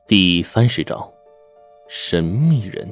第30章，神秘人。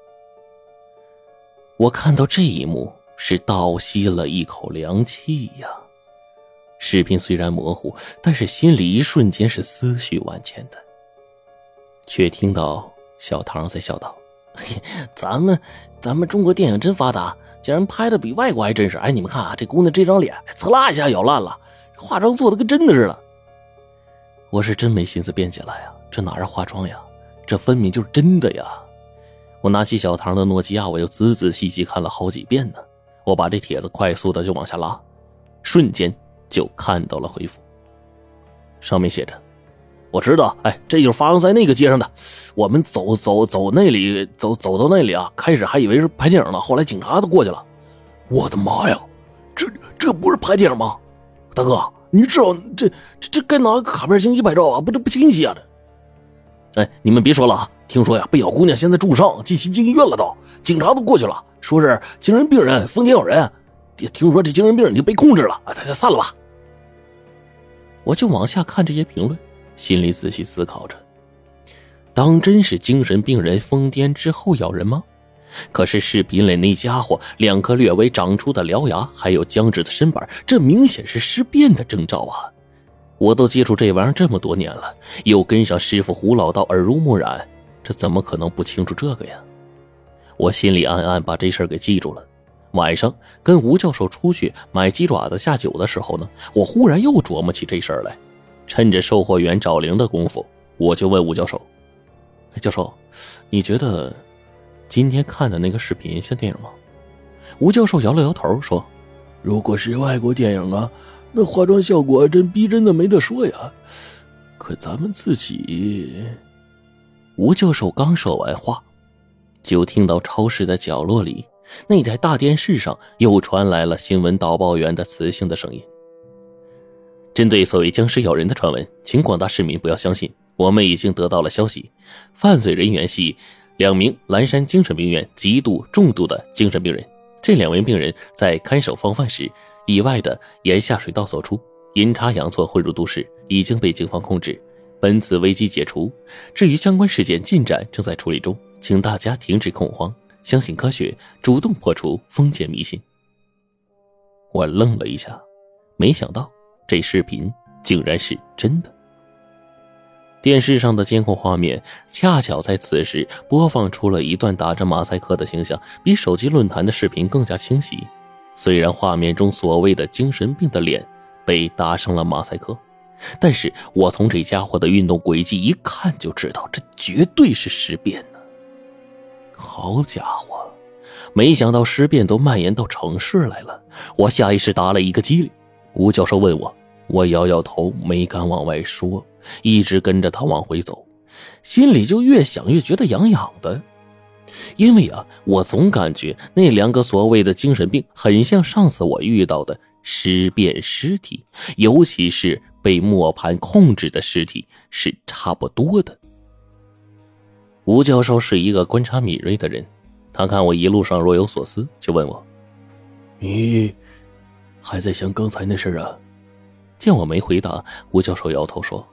我看到这一幕是倒吸了一口凉气呀。视频虽然模糊，但是心里一瞬间是思绪万千的。却听到小唐在笑道：咱们中国电影真发达，竟然拍的比外国还真实。哎，你们看啊，这姑娘这张脸呲啦一下咬烂了，化妆做的跟真的似的。我是真没心思辩解了呀，这哪是化妆呀，这分明就是真的呀。我拿起小唐的诺基亚，我又仔仔细细看了好几遍呢。我把这帖子快速的就往下拉，瞬间就看到了回复。上面写着：我知道，这就是发生在那个街上的。我们走那里，走到那里啊，开始还以为是拍电影呢，后来警察都过去了。我的妈呀，这不是拍电影吗？大哥，你知道这该拿个卡片相机拍照啊，不清晰啊这。你们别说了啊，听说呀，贝小姑娘现在重伤，进新京医院了都，警察都过去了，说是精神病人，疯癫有人。听说这精神病人已经被控制了，大家散了吧。我就往下看这些评论，心里仔细思考着，当真是精神病人疯癫之后咬人吗？可是视频里那家伙2颗略微长出的獠牙，还有僵直的身板，这明显是尸变的征兆啊！我都接触这玩意儿这么多年了，又跟上师傅胡老道耳濡目染，这怎么可能不清楚这个呀？我心里暗暗把这事儿给记住了。晚上跟吴教授出去买鸡爪子下酒的时候呢，我忽然又琢磨起这事儿来。趁着售货员找零的功夫，我就问吴教授：教授，你觉得今天看的那个视频像电影吗？吴教授摇了摇头说： 如果是外国电影啊，那化妆效果真逼真的没得说呀。可咱们自己…… 吴教授刚说完话，就听到超市的角落里那台大电视上又传来了新闻导报员的磁性的声音。针对所谓僵尸咬人的传闻，请广大市民不要相信，我们已经得到了消息，犯罪人员系2名蓝山精神病院极度重度的精神病人。这2名病人在看守防范时意外的沿下水道走出，阴差阳错混入都市，已经被警方控制，本次危机解除。至于相关事件进展正在处理中，请大家停止恐慌，相信科学，主动破除封建迷信。我愣了一下，没想到这视频竟然是真的。电视上的监控画面恰巧在此时播放出了一段打着马赛克的形象，比手机论坛的视频更加清晰。虽然画面中所谓的精神病的脸被打上了马赛克，但是我从这家伙的运动轨迹一看就知道，这绝对是尸变呢。好家伙，没想到尸变都蔓延到城市来了。我下意识打了一个激灵。吴教授问我摇摇头，没敢往外说，一直跟着他往回走，心里就越想越觉得痒痒的。因为我总感觉那2个所谓的精神病很像上次我遇到的尸变尸体，尤其是被磨盘控制的尸体是差不多的。吴教授是一个观察敏锐的人，他看我一路上若有所思，就问我： 你还在想刚才那事啊？ 见我没回答，吴教授摇头说：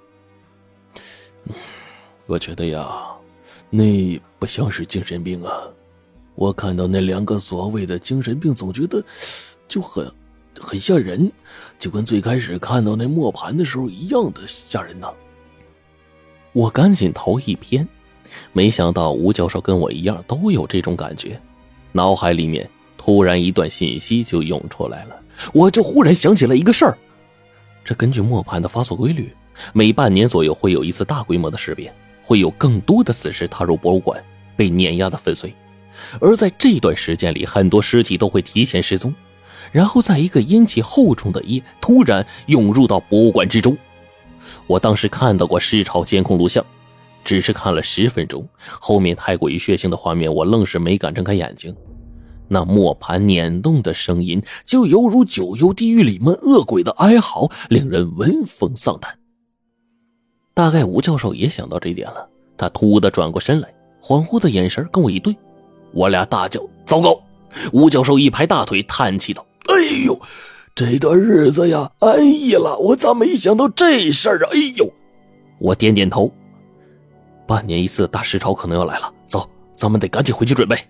我觉得呀，那不像是精神病啊。我看到那2个所谓的精神病，总觉得就很吓人，就跟最开始看到那磨盘的时候一样的吓人呢。 我赶紧头一偏，没想到吴教授跟我一样都有这种感觉。脑海里面突然一段信息就涌出来了，我就忽然想起了一个事儿。这根据磨盘的发作规律，每半年左右会有一次大规模的尸变，会有更多的死尸踏入博物馆，被碾压的粉碎。而在这段时间里，很多尸体都会提前失踪，然后在一个阴气厚重的夜突然涌入到博物馆之中。我当时看到过尸潮监控录像，只是看了10分钟，后面太过于血腥的画面我愣是没敢睁开眼睛。那磨盘碾动的声音就犹如九幽地狱里面恶鬼的哀嚎，令人闻风丧胆。大概吴教授也想到这点了，他突地转过身来，恍惚的眼神跟我一对，我俩大叫糟糕。吴教授一拍大腿，叹气道： 哎呦，这段日子呀，哎呀了，我咋没想到这事儿啊！哎呦， 我点点头。 半年一次的大尸潮可能要来了，走，咱们得赶紧回去准备。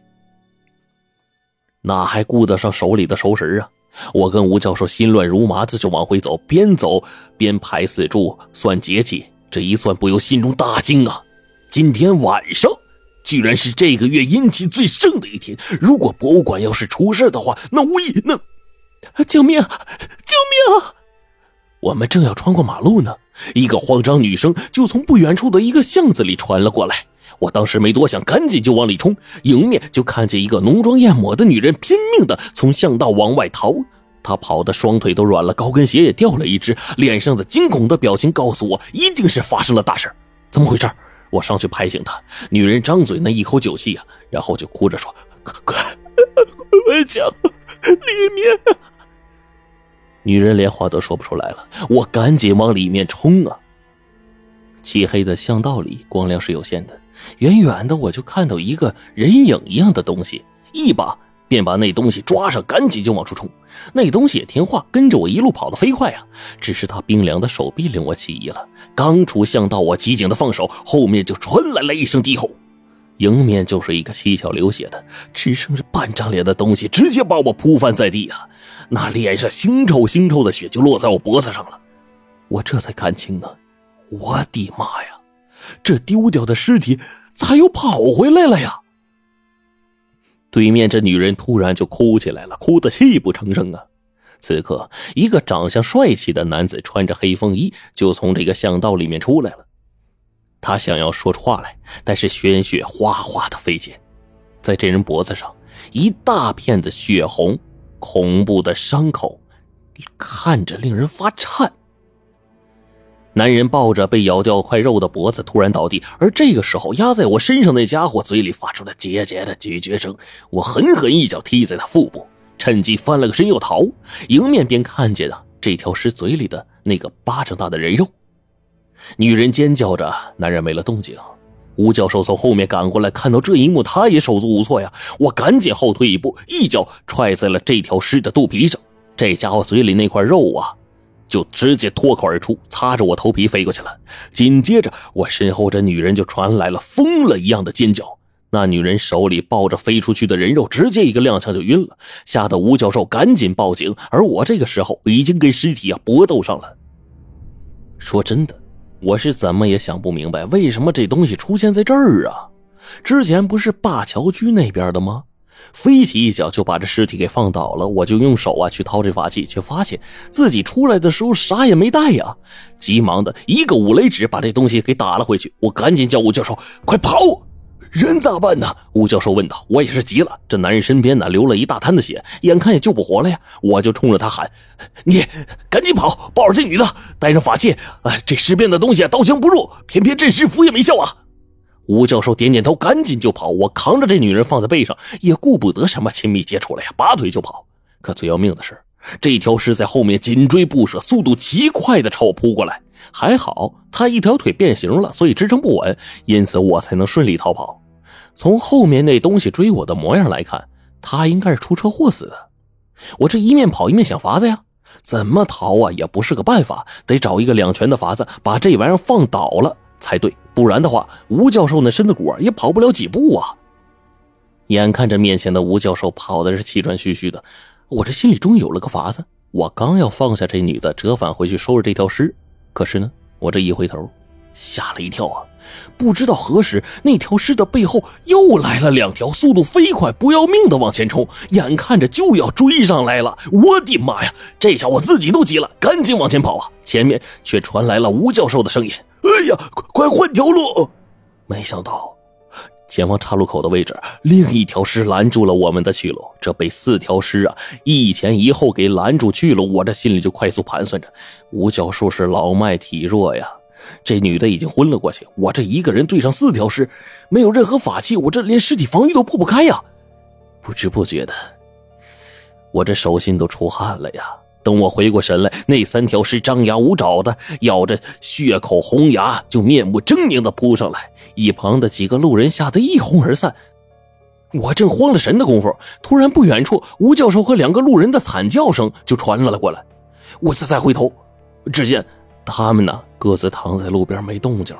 哪还顾得上手里的熟食啊？我跟吴教授心乱如麻子就往回走，边走边排四柱算节气。这一算不由心中大惊啊！今天晚上居然是这个月阴气最盛的一天，如果博物馆要是出事的话，那无疑那……救命啊！救命啊！我们正要穿过马路呢，一个慌张女声就从不远处的一个巷子里传了过来。我当时没多想，赶紧就往里冲，迎面就看见一个浓妆艳抹的女人拼命的从巷道往外逃。她跑的双腿都软了，高跟鞋也掉了一只，脸上的惊恐的表情告诉我一定是发生了大事。怎么回事？我上去拍醒她，女人张嘴那一口酒气啊，然后就哭着说：快快讲，里面。女人连话都说不出来了，我赶紧往里面冲啊。漆黑的巷道里光亮是有限的，远远的我就看到一个人影一样的东西，一把便把那东西抓上，赶紧就往出冲。那东西也听话，跟着我一路跑得飞快啊，只是他冰凉的手臂令我起疑了。刚出巷道，我急紧的放手，后面就传来了一声低吼，迎面就是一个七窍流血的只剩着半张脸的东西，直接把我扑翻在地啊！那脸上腥臭的血就落在我脖子上了。我这才看清啊，我的妈呀，这丢掉的尸体咋又跑回来了呀？对面这女人突然就哭起来了，哭得泣不成声啊！此刻一个长相帅气的男子穿着黑风衣就从这个巷道里面出来了。他想要说出话来，但是鲜血哗哗的飞溅，在这人脖子上一大片的血红，恐怖的伤口看着令人发颤。男人抱着被咬掉块肉的脖子突然倒地，而这个时候压在我身上那家伙嘴里发出了桀桀的咀嚼声，我狠狠一脚踢在他腹部，趁机翻了个身要逃，迎面便看见了这条尸嘴里的那个巴掌大的人肉。女人尖叫着，男人没了动静。吴教授从后面赶过来，看到这一幕他也手足无措呀，我赶紧后退一步，一脚踹在了这条尸的肚皮上，这家伙嘴里那块肉啊就直接脱口而出，擦着我头皮飞过去了。紧接着我身后这女人就传来了疯了一样的尖叫，那女人手里抱着飞出去的人肉，直接一个踉跄就晕了，吓得吴教授赶紧报警，而我这个时候已经跟尸体搏斗上了。说真的，我是怎么也想不明白为什么这东西出现在这儿啊？之前不是灞桥区那边的吗？飞起一脚就把这尸体给放倒了，我就用手去掏这法器，却发现自己出来的时候啥也没带呀，急忙的一个五雷指把这东西给打了回去。我赶紧叫吴教授快跑，人咋办呢？吴教授问道。我也是急了，这男人身边呢流了一大滩的血，眼看也救不活了呀，我就冲着他喊：你赶紧跑，抱着这女的，带上法器，这尸变的东西刀枪不入，偏偏镇尸符也没效啊。吴教授点点头，赶紧就跑。我扛着这女人放在背上，也顾不得什么亲密接触了呀，拔腿就跑。可最要命的是，这条尸在后面紧追不舍，速度极快的朝我扑过来。还好他一条腿变形了，所以支撑不稳，因此我才能顺利逃跑。从后面那东西追我的模样来看，他应该是出车祸死的。我这一面跑一面想法子呀，怎么逃啊也不是个办法，得找一个两全的法子把这玩意儿放倒了才对，不然的话吴教授那身子骨也跑不了几步啊。眼看着面前的吴教授跑的是气喘吁吁的，我这心里终于有了个法子。我刚要放下这女的，折返回去收拾这条尸，可是呢我这一回头吓了一跳啊！不知道何时那条尸的背后又来了两条，速度飞快不要命的往前冲，眼看着就要追上来了。我的妈呀，这下我自己都急了，赶紧往前跑啊！前面却传来了吴教授的声音：哎呀，快换条路！没想到前方岔路口的位置，另一条尸拦住了我们的去路。这被4条尸一前一后给拦住去路，我这心里就快速盘算着，吴教授是老迈体弱呀，这女的已经昏了过去，我这一个人对上4条尸，没有任何法器，我这连尸体防御都破不开呀。不知不觉的我这手心都出汗了呀。等我回过神来，那3条尸张牙舞爪的，咬着血口红牙，就面目狰狞的扑上来。一旁的几个路人吓得一哄而散。我正慌了神的功夫，突然不远处吴教授和2个路人的惨叫声就传了过来。我再回头，只见他们呢各自躺在路边没动静了。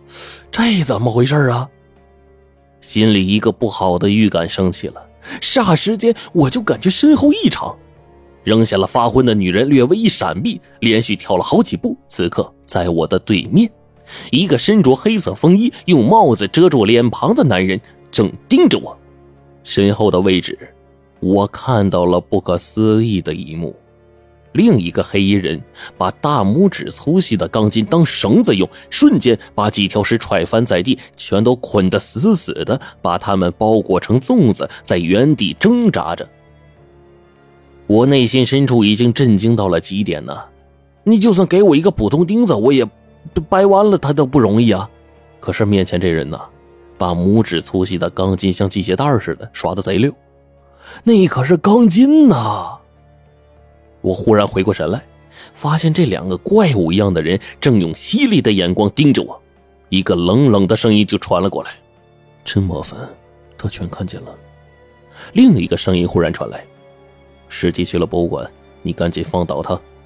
这怎么回事啊？心里一个不好的预感升起了，霎时间我就感觉身后异常，扔下了发昏的女人，略微一闪避，连续跳了好几步。此刻在我的对面，一个身着黑色风衣用帽子遮住脸庞的男人正盯着我。身后的位置，我看到了不可思议的一幕，另一个黑衣人把大拇指粗细的钢筋当绳子用，瞬间把几条尸踹翻在地，全都捆得死死的，把他们包裹成粽子，在原地挣扎着。我内心深处已经震惊到了极点呢，你就算给我一个普通钉子，我也掰弯了他都不容易啊。可是面前这人呢，把拇指粗细的钢筋像系鞋带似的耍得贼溜，那可是钢筋呐。我忽然回过神来，发现这两个怪物一样的人正用犀利的眼光盯着我。一个冷冷的声音就传了过来， 真麻烦，他全看见了。 另一个声音忽然传来，尸体去了博物馆，你赶紧放倒他，